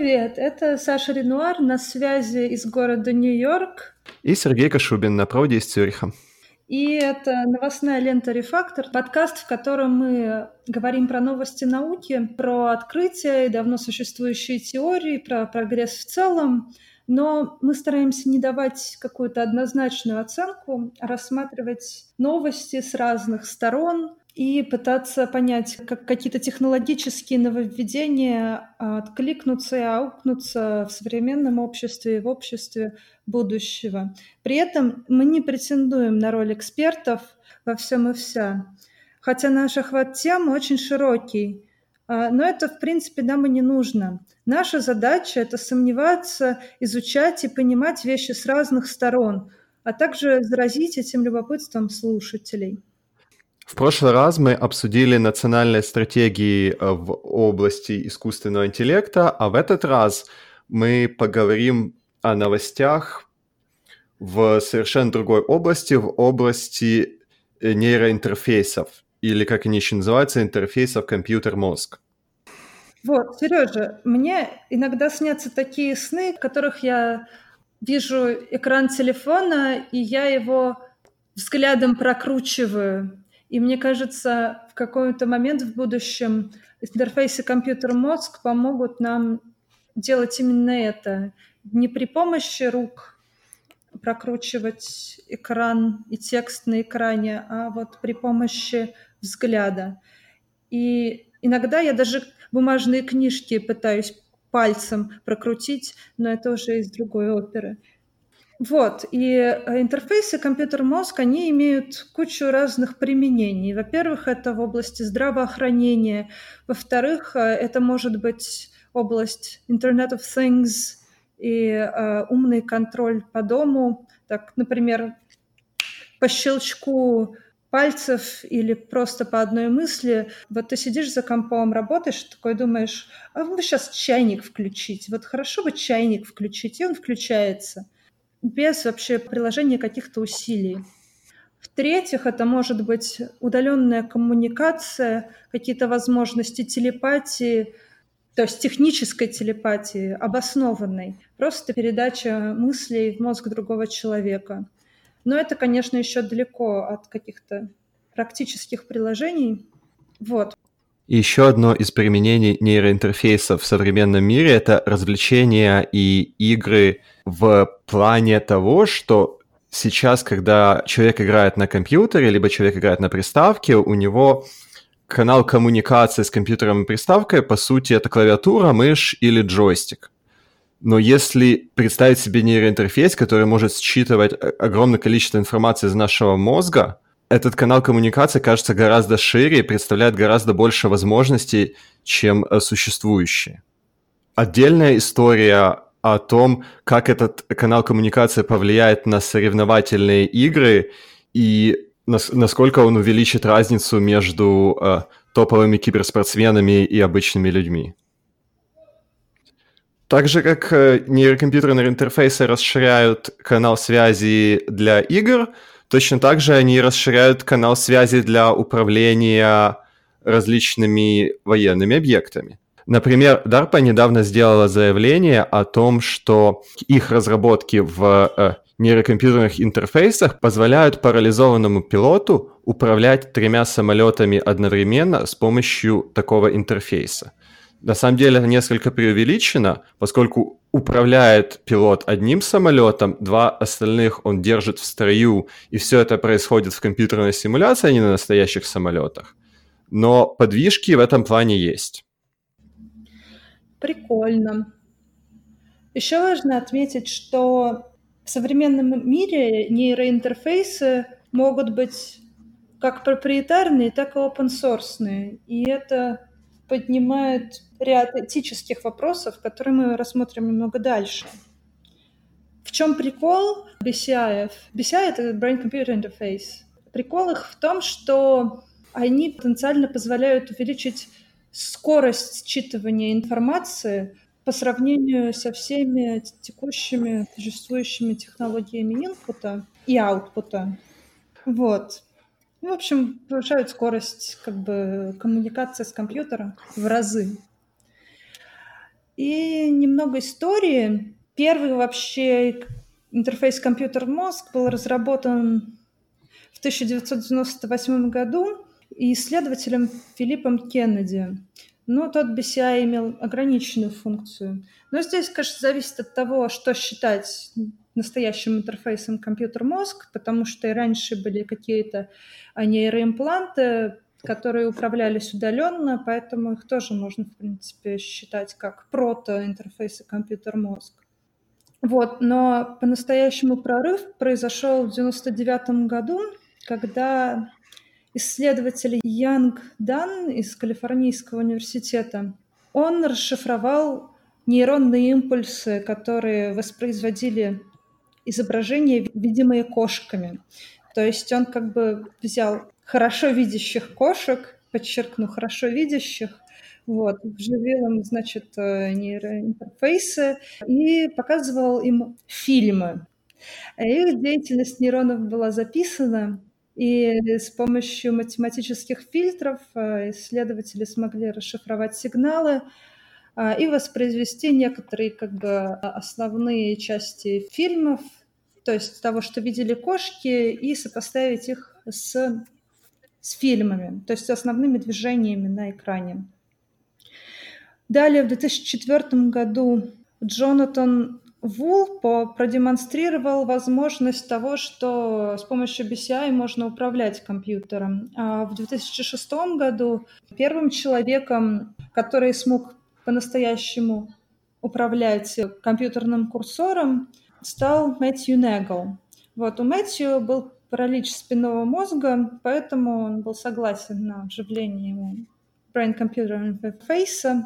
Привет, это Саша Ренуар на связи из города Нью-Йорк. И Сергей Кашубин на проводе из Цюриха. И это новостная лента «Рефактор», подкаст, в котором мы говорим про новости науки, про открытия и давно существующие теории, про прогресс в целом. Но мы стараемся не давать какую-то однозначную оценку, а рассматривать новости с разных сторон и пытаться понять, как какие-то технологические нововведения откликнутся и аукнутся в современном обществе и в обществе будущего. При этом мы не претендуем на роль экспертов во всем и вся, хотя наш охват тем очень широкий. Но это, в принципе, нам и не нужно. Наша задача — это сомневаться, изучать и понимать вещи с разных сторон, а также заразить этим любопытством слушателей. В прошлый раз мы обсудили национальные стратегии в области искусственного интеллекта, а в этот раз мы поговорим о новостях в совершенно другой области, в области нейроинтерфейсов, или, как они еще называются, интерфейсов компьютер-мозг. Вот, Сережа, мне иногда снятся такие сны, в которых я вижу экран телефона, и я его взглядом прокручиваю. И мне кажется, в какой-то момент в будущем интерфейсы компьютер-мозг помогут нам делать именно это. Не при помощи рук прокручивать экран и текст на экране, а вот при помощи взгляда. И иногда я даже бумажные книжки пытаюсь пальцем прокрутить, но это уже из другой оперы. Вот, и интерфейсы компьютер-мозг, они имеют кучу разных применений. Во-первых, это в области здравоохранения. Во-вторых, это может быть область Internet of Things и умный контроль по дому. Так, например, по щелчку пальцев или просто по одной мысли. Вот ты сидишь за компом, работаешь, такой думаешь, а вот бы сейчас чайник включить. Вот хорошо бы чайник включить, и он включается без вообще приложения каких-то усилий. В-третьих, это может быть удаленная коммуникация, какие-то возможности телепатии, то есть технической телепатии, обоснованной, просто передача мыслей в мозг другого человека. Но это, конечно, еще далеко от каких-то практических приложений. Вот. И еще одно из применений нейроинтерфейсов в современном мире — это развлечения и игры в плане того, что сейчас, когда человек играет на компьютере, либо человек играет на приставке, у него канал коммуникации с компьютером и приставкой, по сути, это клавиатура, мышь или джойстик. Но если представить себе нейроинтерфейс, который может считывать огромное количество информации из нашего мозга, этот канал коммуникации кажется гораздо шире и представляет гораздо больше возможностей, чем существующие. Отдельная история о том, как этот канал коммуникации повлияет на соревновательные игры и насколько он увеличит разницу между топовыми киберспортсменами и обычными людьми. Так же, как нейрокомпьютерные интерфейсы расширяют канал связи для игр, точно так же они расширяют канал связи для управления различными военными объектами. Например, DARPA недавно сделала заявление о том, что их разработки в нейрокомпьютерных интерфейсах позволяют парализованному пилоту управлять 3 самолетами одновременно с помощью такого интерфейса. На самом деле это несколько преувеличено, поскольку управляет пилот одним самолетом, 2 остальных он держит в строю, и все это происходит в компьютерной симуляции, а не на настоящих самолетах. Но подвижки в этом плане есть. Прикольно. Еще важно отметить, что в современном мире нейроинтерфейсы могут быть как проприетарные, так и open-source. И это поднимает ряд этических вопросов, которые мы рассмотрим немного дальше. В чем прикол BCI? BCI — это Brain Computer Interface. Прикол их в том, что они потенциально позволяют увеличить скорость считывания информации по сравнению со всеми текущими существующими технологиями инпута и аутпута. Вот. В общем, повышают скорость коммуникации с компьютером в разы. И немного истории. Первый вообще интерфейс компьютер-мозг был разработан в 1998 году исследователем Филиппом Кеннеди. Но тот BCI имел ограниченную функцию. Но здесь, конечно, зависит от того, что считать настоящим интерфейсом компьютер-мозг, потому что и раньше были какие-то нейроимпланты, которые управлялись удаленно, поэтому их тоже можно, в принципе, считать как прото-интерфейсы компьютер-мозг. Вот, но по-настоящему прорыв произошел в 1999 году, когда исследователь Янг Дан из Калифорнийского университета, он расшифровал нейронные импульсы, которые воспроизводили изображения, видимые кошками. То есть он как бы взял хорошо видящих кошек, подчеркну, хорошо видящих, вот, вживил им, значит, нейроинтерфейсы и показывал им фильмы. Их деятельность нейронов была записана, и с помощью математических фильтров исследователи смогли расшифровать сигналы и воспроизвести некоторые как бы основные части фильмов, то есть того, что видели кошки, и сопоставить их с фильмами, то есть с основными движениями на экране. Далее в 2004 году Джонатан Вул продемонстрировал возможность того, что с помощью BCI можно управлять компьютером. А в 2006 году первым человеком, который смог по-настоящему управлять компьютерным курсором, стал Мэтью Негл. Вот, у Мэтью был паралич спинного мозга, поэтому он был согласен на вживление ему brain-computer interface.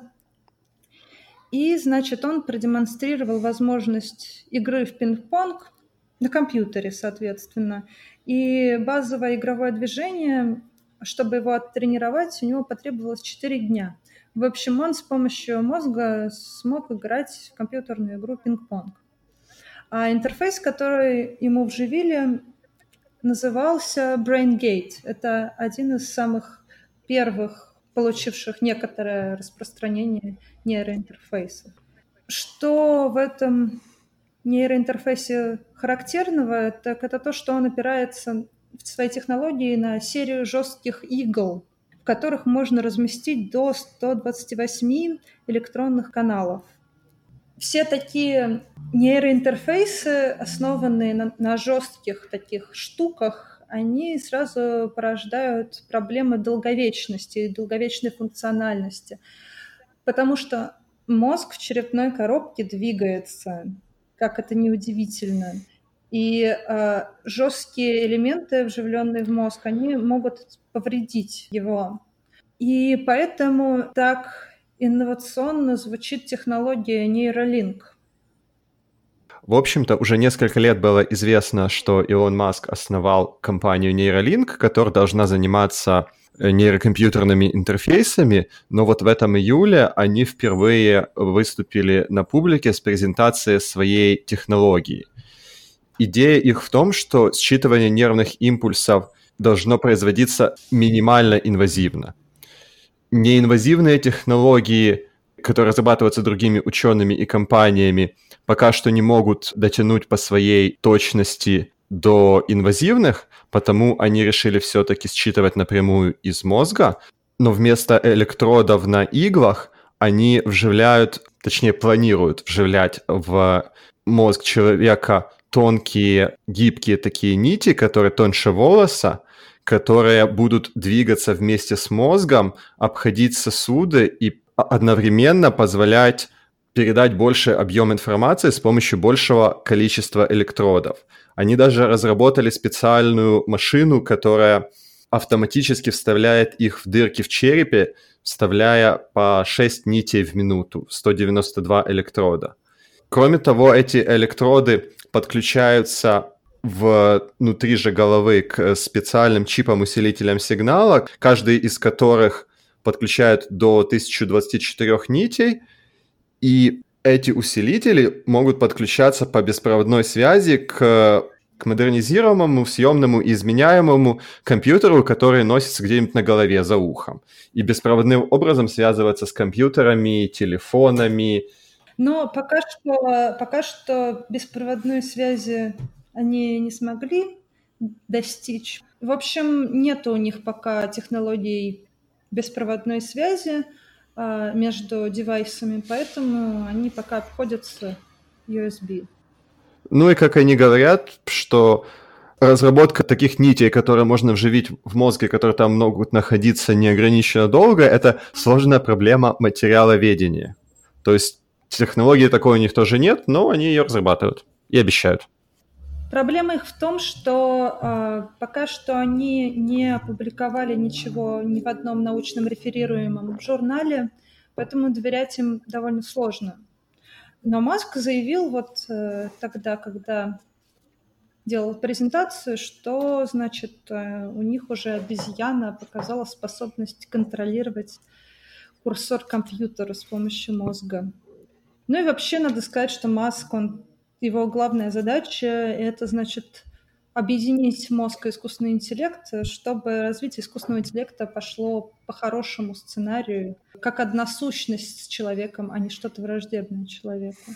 И, значит, он продемонстрировал возможность игры в пинг-понг на компьютере, соответственно. И базовое игровое движение, чтобы его оттренировать, у него потребовалось 4 дня. В общем, он с помощью мозга смог играть в компьютерную игру пинг-понг. А интерфейс, который ему вживили, назывался BrainGate. Это один из самых первых, получивших некоторое распространение нейроинтерфейсов. Что в этом нейроинтерфейсе характерного, так это то, что он опирается в своей технологии на серию жестких игл, в которых можно разместить до 128 электронных каналов. Все такие нейроинтерфейсы, основанные на жестких таких штуках, они сразу порождают проблемы долговечности и долговечной функциональности. Потому что мозг в черепной коробке двигается, как это ни удивительно. И жесткие элементы, вживленные в мозг, они могут повредить его. И поэтому так инновационно звучит технология Neuralink. В общем-то, уже несколько лет было известно, что Илон Маск основал компанию Neuralink, которая должна заниматься нейрокомпьютерными интерфейсами, но вот в этом июле они впервые выступили на публике с презентацией своей технологии. Идея их в том, что считывание нервных импульсов должно производиться минимально инвазивно. Неинвазивные технологии, которые разрабатываются другими учеными и компаниями, пока что не могут дотянуть по своей точности до инвазивных, потому они решили все-таки считывать напрямую из мозга, но вместо электродов на иглах они вживляют, точнее планируют вживлять в мозг человека тонкие, гибкие такие нити, которые тоньше волоса, которые будут двигаться вместе с мозгом, обходить сосуды и одновременно позволять передать больший объем информации с помощью большего количества электродов. Они даже разработали специальную машину, которая автоматически вставляет их в дырки в черепе, вставляя по 6 нитей в минуту, 192 электрода. Кроме того, эти электроды подключаются внутри же головы к специальным чипам-усилителям сигнала, каждый из которых подключают до 1024 нитей, и эти усилители могут подключаться по беспроводной связи к модернизированному, съемному и изменяемому компьютеру, который носится где-нибудь на голове за ухом. И беспроводным образом связываться с компьютерами, телефонами Но пока что беспроводной связи они не смогли достичь. В общем, нет у них пока технологий беспроводной связи между девайсами, поэтому они пока обходятся USB. Ну и как они говорят, что разработка таких нитей, которые можно вживить в мозге, которые там могут находиться неограниченно долго, это сложная проблема материаловедения. То есть технологии такой у них тоже нет, но они ее разрабатывают и обещают. Проблема их в том, что пока что они не опубликовали ничего ни в одном научном реферируемом журнале, поэтому доверять им довольно сложно. Но Маск заявил вот тогда, когда делал презентацию, что, значит, у них уже обезьяна показала способность контролировать курсор компьютера с помощью мозга. Ну и вообще надо сказать, что Маск, его главная задача — это, значит, объединить мозг и искусственный интеллект, чтобы развитие искусственного интеллекта пошло по хорошему сценарию, как одна сущность с человеком, а не что-то враждебное человеку.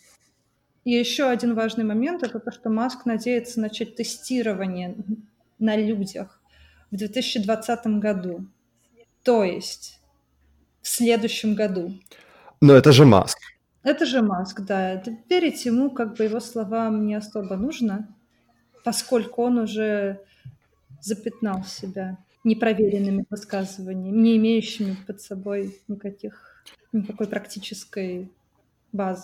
И еще один важный момент — это то, что Маск надеется начать тестирование на людях в 2020 году. То есть в следующем году. Но это же Маск. Это же Маск, да. Верить ему, как бы, его словам не особо нужно, поскольку он уже запятнал себя непроверенными высказываниями, не имеющими под собой никакой практической базы.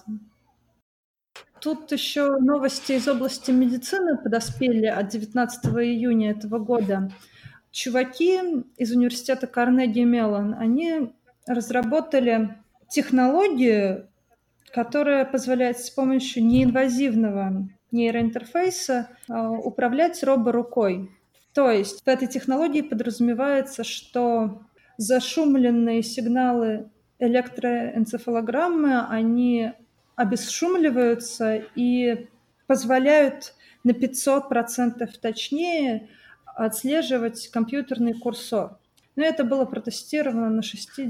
Тут еще новости из области медицины подоспели от 19 июня этого года. Чуваки из университета Карнеги-Меллон, они разработали технологию, которая позволяет с помощью неинвазивного нейроинтерфейса управлять роборукой. То есть в этой технологии подразумевается, что зашумленные сигналы электроэнцефалограммы, они обесшумливаются и позволяют на 500% точнее отслеживать компьютерный курсор. Но это было протестировано на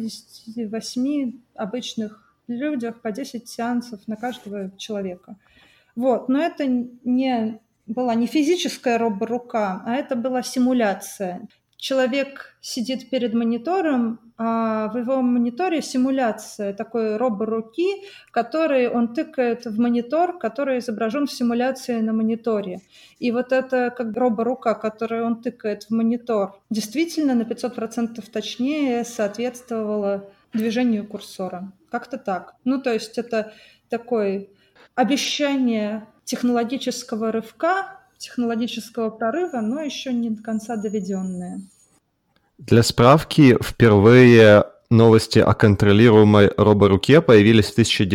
68 обычных людях по 10 сеансов на каждого человека. Вот. Но это была не физическая роборука, а это была симуляция. Человек сидит перед монитором, а в его мониторе симуляция такой роборуки, который он тыкает в монитор, который изображен в симуляции на мониторе. И вот эта как роборука, которую он тыкает в монитор, действительно на 500% точнее соответствовала движению курсора. Как-то так. Ну, то есть это такое обещание технологического рывка, технологического прорыва, но еще не до конца доведенное. Для справки, впервые новости о контролируемой роборуке появились в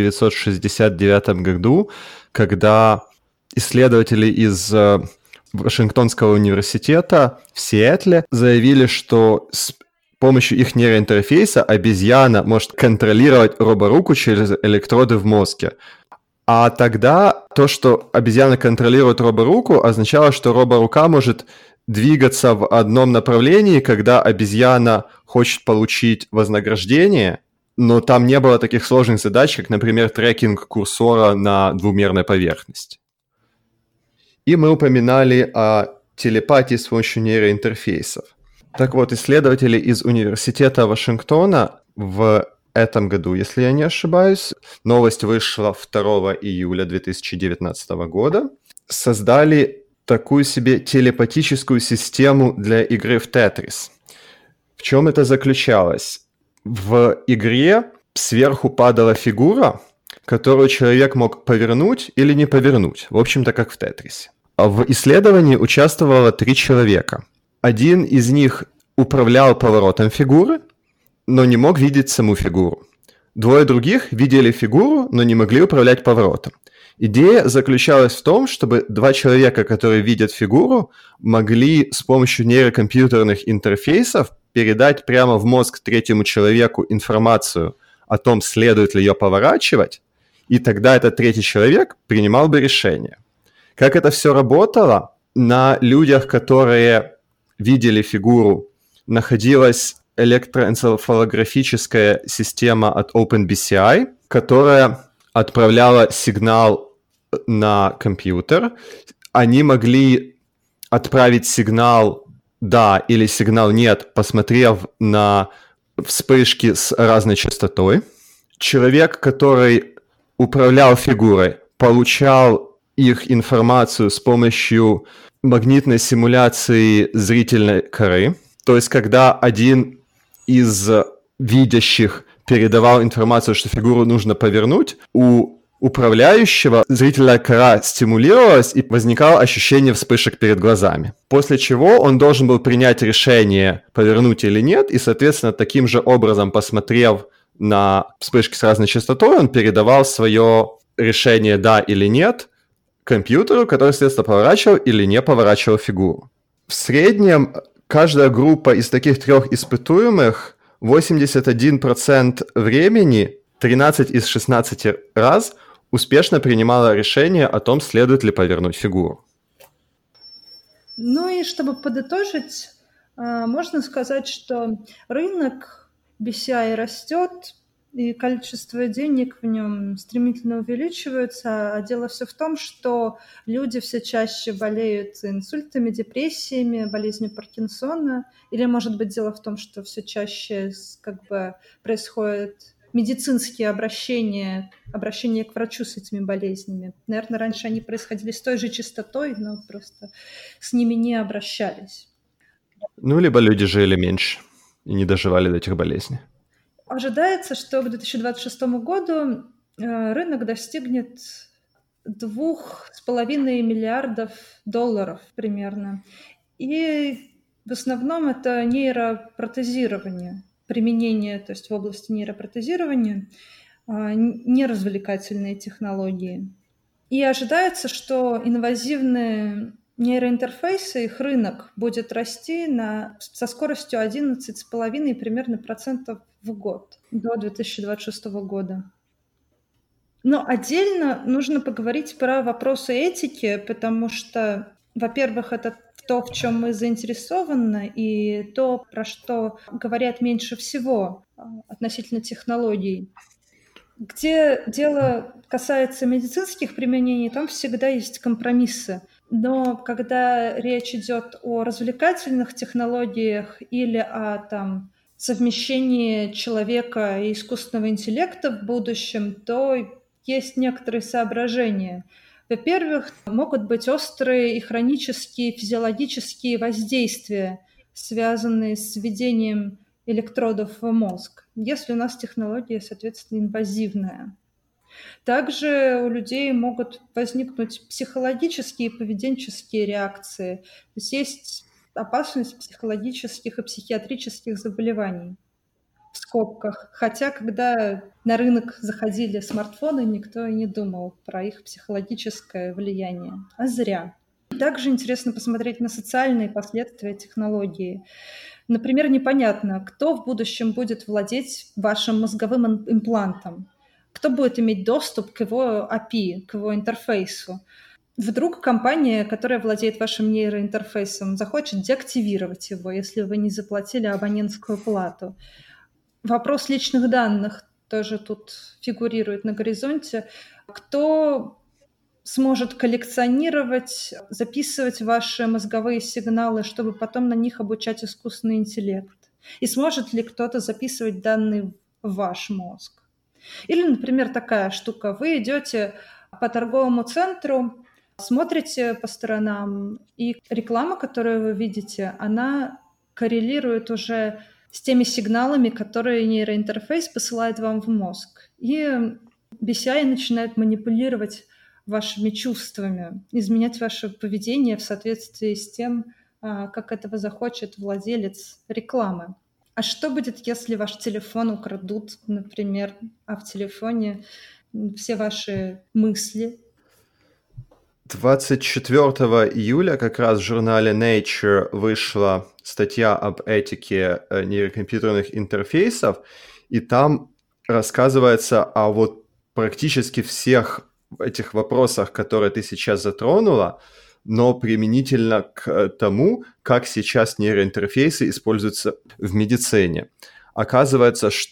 1969 году, когда исследователи из Вашингтонского университета в Сиэтле заявили, что с помощью их нейроинтерфейса обезьяна может контролировать роборуку через электроды в мозге. А тогда то, что обезьяна контролирует роборуку, означало, что роборука может двигаться в одном направлении, когда обезьяна хочет получить вознаграждение, но там не было таких сложных задач, как, например, трекинг курсора на двумерной поверхности. И мы упоминали о телепатии с помощью нейроинтерфейсов. Так вот, исследователи из университета Вашингтона в этом году, если я не ошибаюсь, новость вышла 2 июля 2019 года, создали такую себе телепатическую систему для игры в Тетрис. В чем это заключалось? В игре сверху падала фигура, которую человек мог повернуть или не повернуть, в общем-то, как в Тетрисе. А в исследовании участвовало 3 человека. Один из них управлял поворотом фигуры, но не мог видеть саму фигуру. 2 других видели фигуру, но не могли управлять поворотом. Идея заключалась в том, чтобы 2 человека, которые видят фигуру, могли с помощью нейрокомпьютерных интерфейсов передать прямо в мозг 3-му человеку информацию о том, следует ли ее поворачивать, и тогда этот 3-й человек принимал бы решение. Как это все работало? На людях, которые видели фигуру, находилась электроэнцефалографическая система от OpenBCI, которая отправляла сигнал на компьютер, они могли отправить сигнал «да» или сигнал «нет», посмотрев на вспышки с разной частотой. Человек, который управлял фигурой, получал их информацию с помощью магнитной симуляции зрительной коры. То есть, когда один из видящих передавал информацию, что фигуру нужно повернуть, у управляющего зрительная кора стимулировалась и возникало ощущение вспышек перед глазами. После чего он должен был принять решение, повернуть или нет, и, соответственно, таким же образом, посмотрев на вспышки с разной частотой, он передавал свое решение «да» или «нет» компьютеру, который, соответственно, поворачивал или не поворачивал фигуру. В среднем каждая группа из таких 3 испытуемых 81% времени, 13 из 16 раз, успешно принимала решение о том, следует ли повернуть фигуру. Ну и чтобы подытожить, можно сказать, что рынок BCI растет, и количество денег в нем стремительно увеличивается. А дело все в том, что люди все чаще болеют инсультами, депрессиями, болезнью Паркинсона. Или, может быть, дело в том, что все чаще происходят медицинские обращения к врачу с этими болезнями. Наверное, раньше они происходили с той же частотой, но просто с ними не обращались. Либо люди жили меньше и не доживали до этих болезней. Ожидается, что к 2026 году рынок достигнет $2,5 миллиардов примерно. И в основном это нейропротезирование, применение, то есть в области нейропротезирования, неразвлекательные технологии. И ожидается, что инвазивные нейроинтерфейсы, их рынок будет расти со скоростью 11,5 примерно процентов в год до 2026 года. Но отдельно нужно поговорить про вопросы этики, потому что, во-первых, это то, в чем мы заинтересованы, и то, про что говорят меньше всего относительно технологий. Где дело касается медицинских применений, там всегда есть компромиссы. Но когда речь идет о развлекательных технологиях или о совмещении человека и искусственного интеллекта в будущем, то есть некоторые соображения. Во-первых, могут быть острые и хронические физиологические воздействия, связанные с введением электродов в мозг, если у нас технология, соответственно, инвазивная. Также у людей могут возникнуть психологические и поведенческие реакции. То есть опасность психологических и психиатрических заболеваний, в скобках. Хотя, когда на рынок заходили смартфоны, никто и не думал про их психологическое влияние. А зря. Также интересно посмотреть на социальные последствия технологии. Например, непонятно, кто в будущем будет владеть вашим мозговым имплантом, кто будет иметь доступ к его API, к его интерфейсу. Вдруг компания, которая владеет вашим нейроинтерфейсом, захочет деактивировать его, если вы не заплатили абонентскую плату. Вопрос личных данных тоже тут фигурирует на горизонте. Кто сможет коллекционировать, записывать ваши мозговые сигналы, чтобы потом на них обучать искусственный интеллект? И сможет ли кто-то записывать данные в ваш мозг? Или, например, такая штука. Вы идете по торговому центру, смотрите по сторонам, и реклама, которую вы видите, она коррелирует уже с теми сигналами, которые нейроинтерфейс посылает вам в мозг. И BCI начинает манипулировать вашими чувствами, изменять ваше поведение в соответствии с тем, как этого захочет владелец рекламы. А что будет, если ваш телефон украдут, например, а в телефоне все ваши мысли? 24 июля как раз в журнале Nature вышла статья об этике нейрокомпьютерных интерфейсов, и там рассказывается о практически всех этих вопросах, которые ты сейчас затронула, но применительно к тому, как сейчас нейроинтерфейсы используются в медицине. Оказывается, что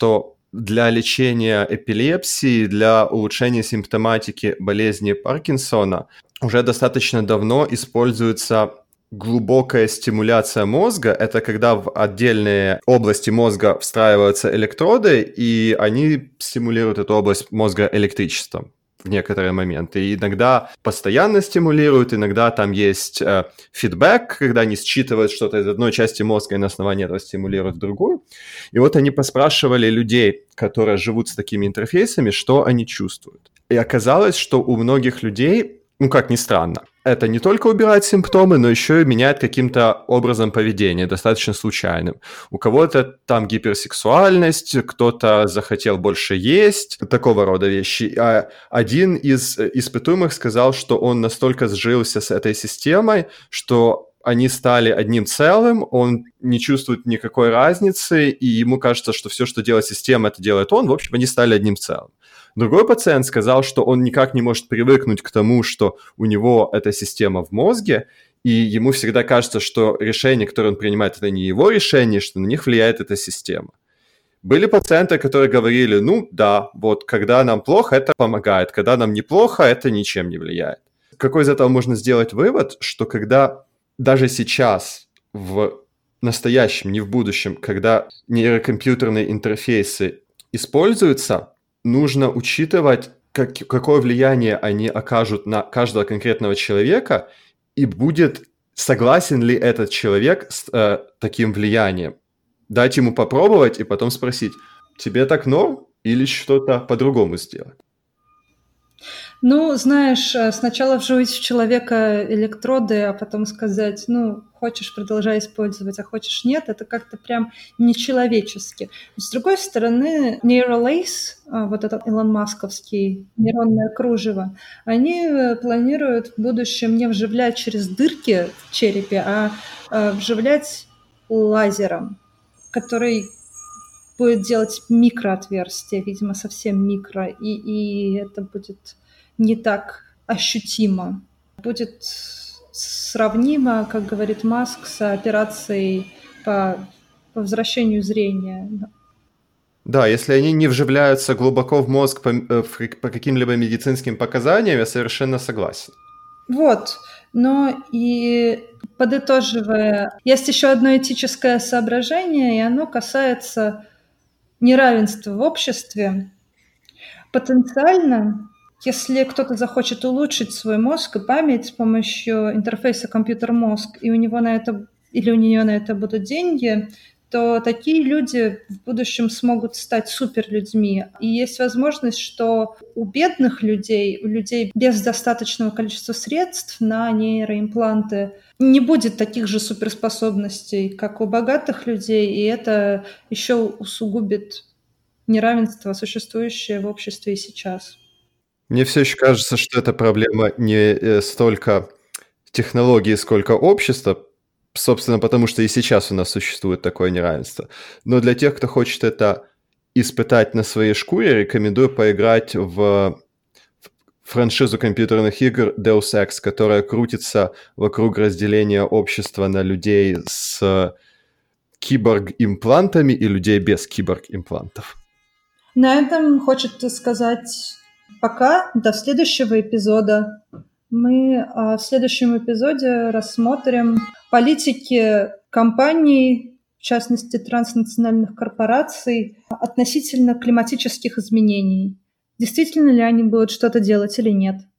для лечения эпилепсии, для улучшения симптоматики болезни Паркинсона уже достаточно давно используется глубокая стимуляция мозга. Это когда в отдельные области мозга встраиваются электроды, и они стимулируют эту область мозга электричеством в некоторые моменты. И иногда постоянно стимулируют, иногда там есть фидбэк, когда они считывают что-то из одной части мозга и на основании этого стимулируют в другую. И вот они поспрашивали людей, которые живут с такими интерфейсами, что они чувствуют. И оказалось, что у многих людей, ну как ни странно, это не только убирает симптомы, но еще и меняет каким-то образом поведения, достаточно случайным. У кого-то там гиперсексуальность, кто-то захотел больше есть, такого рода вещи. А один из испытуемых сказал, что он настолько сжился с этой системой, что они стали одним целым, он не чувствует никакой разницы, и ему кажется, что все, что делает система, это делает он. В общем, они стали одним целым. Другой пациент сказал, что он никак не может привыкнуть к тому, что у него эта система в мозге, и ему всегда кажется, что решение, которое он принимает, это не его решение, что на них влияет эта система. Были пациенты, которые говорили, ну да, вот когда нам плохо, это помогает, когда нам неплохо, это ничем не влияет. Какой из этого можно сделать вывод, что когда даже сейчас, в настоящем, не в будущем, когда нейрокомпьютерные интерфейсы используются, нужно учитывать, какое влияние они окажут на каждого конкретного человека, и будет согласен ли этот человек с таким влиянием. Дать ему попробовать и потом спросить, тебе так норм или что-то по-другому сделать? Ну, знаешь, сначала вживить в человека электроды, а потом сказать, ну, хочешь, продолжай использовать, а хочешь, нет, это как-то прям нечеловечески. С другой стороны, Neuralace, вот этот Илон Масковский нейронное кружево, они планируют в будущем не вживлять через дырки в черепе, а вживлять лазером, который будет делать микроотверстия, видимо, совсем микро, и это будет не так ощутимо. Будет сравнимо, как говорит Маск, с операцией по возвращению зрения. Да, если они не вживляются глубоко в мозг по каким-либо медицинским показаниям, я совершенно согласен. Вот, но и подытоживая, есть еще одно этическое соображение, и оно касается неравенства в обществе. Потенциально, если кто-то захочет улучшить свой мозг и память с помощью интерфейса компьютер-мозг, и у него на это или у нее на это будут деньги, то такие люди в будущем смогут стать суперлюдьми. И есть возможность, что у бедных людей, у людей без достаточного количества средств на нейроимпланты не будет таких же суперспособностей, как у богатых людей, и это еще усугубит неравенство, существующее в обществе и сейчас. Мне все еще кажется, что это проблема не столько технологии, сколько общества, собственно, потому что и сейчас у нас существует такое неравенство. Но для тех, кто хочет это испытать на своей шкуре, рекомендую поиграть в франшизу компьютерных игр Deus Ex, которая крутится вокруг разделения общества на людей с киборг-имплантами и людей без киборг-имплантов. На этом хочется сказать пока, до следующего эпизода. Мы в следующем эпизоде рассмотрим политики компаний, в частности транснациональных корпораций, относительно климатических изменений. Действительно ли они будут что-то делать или нет?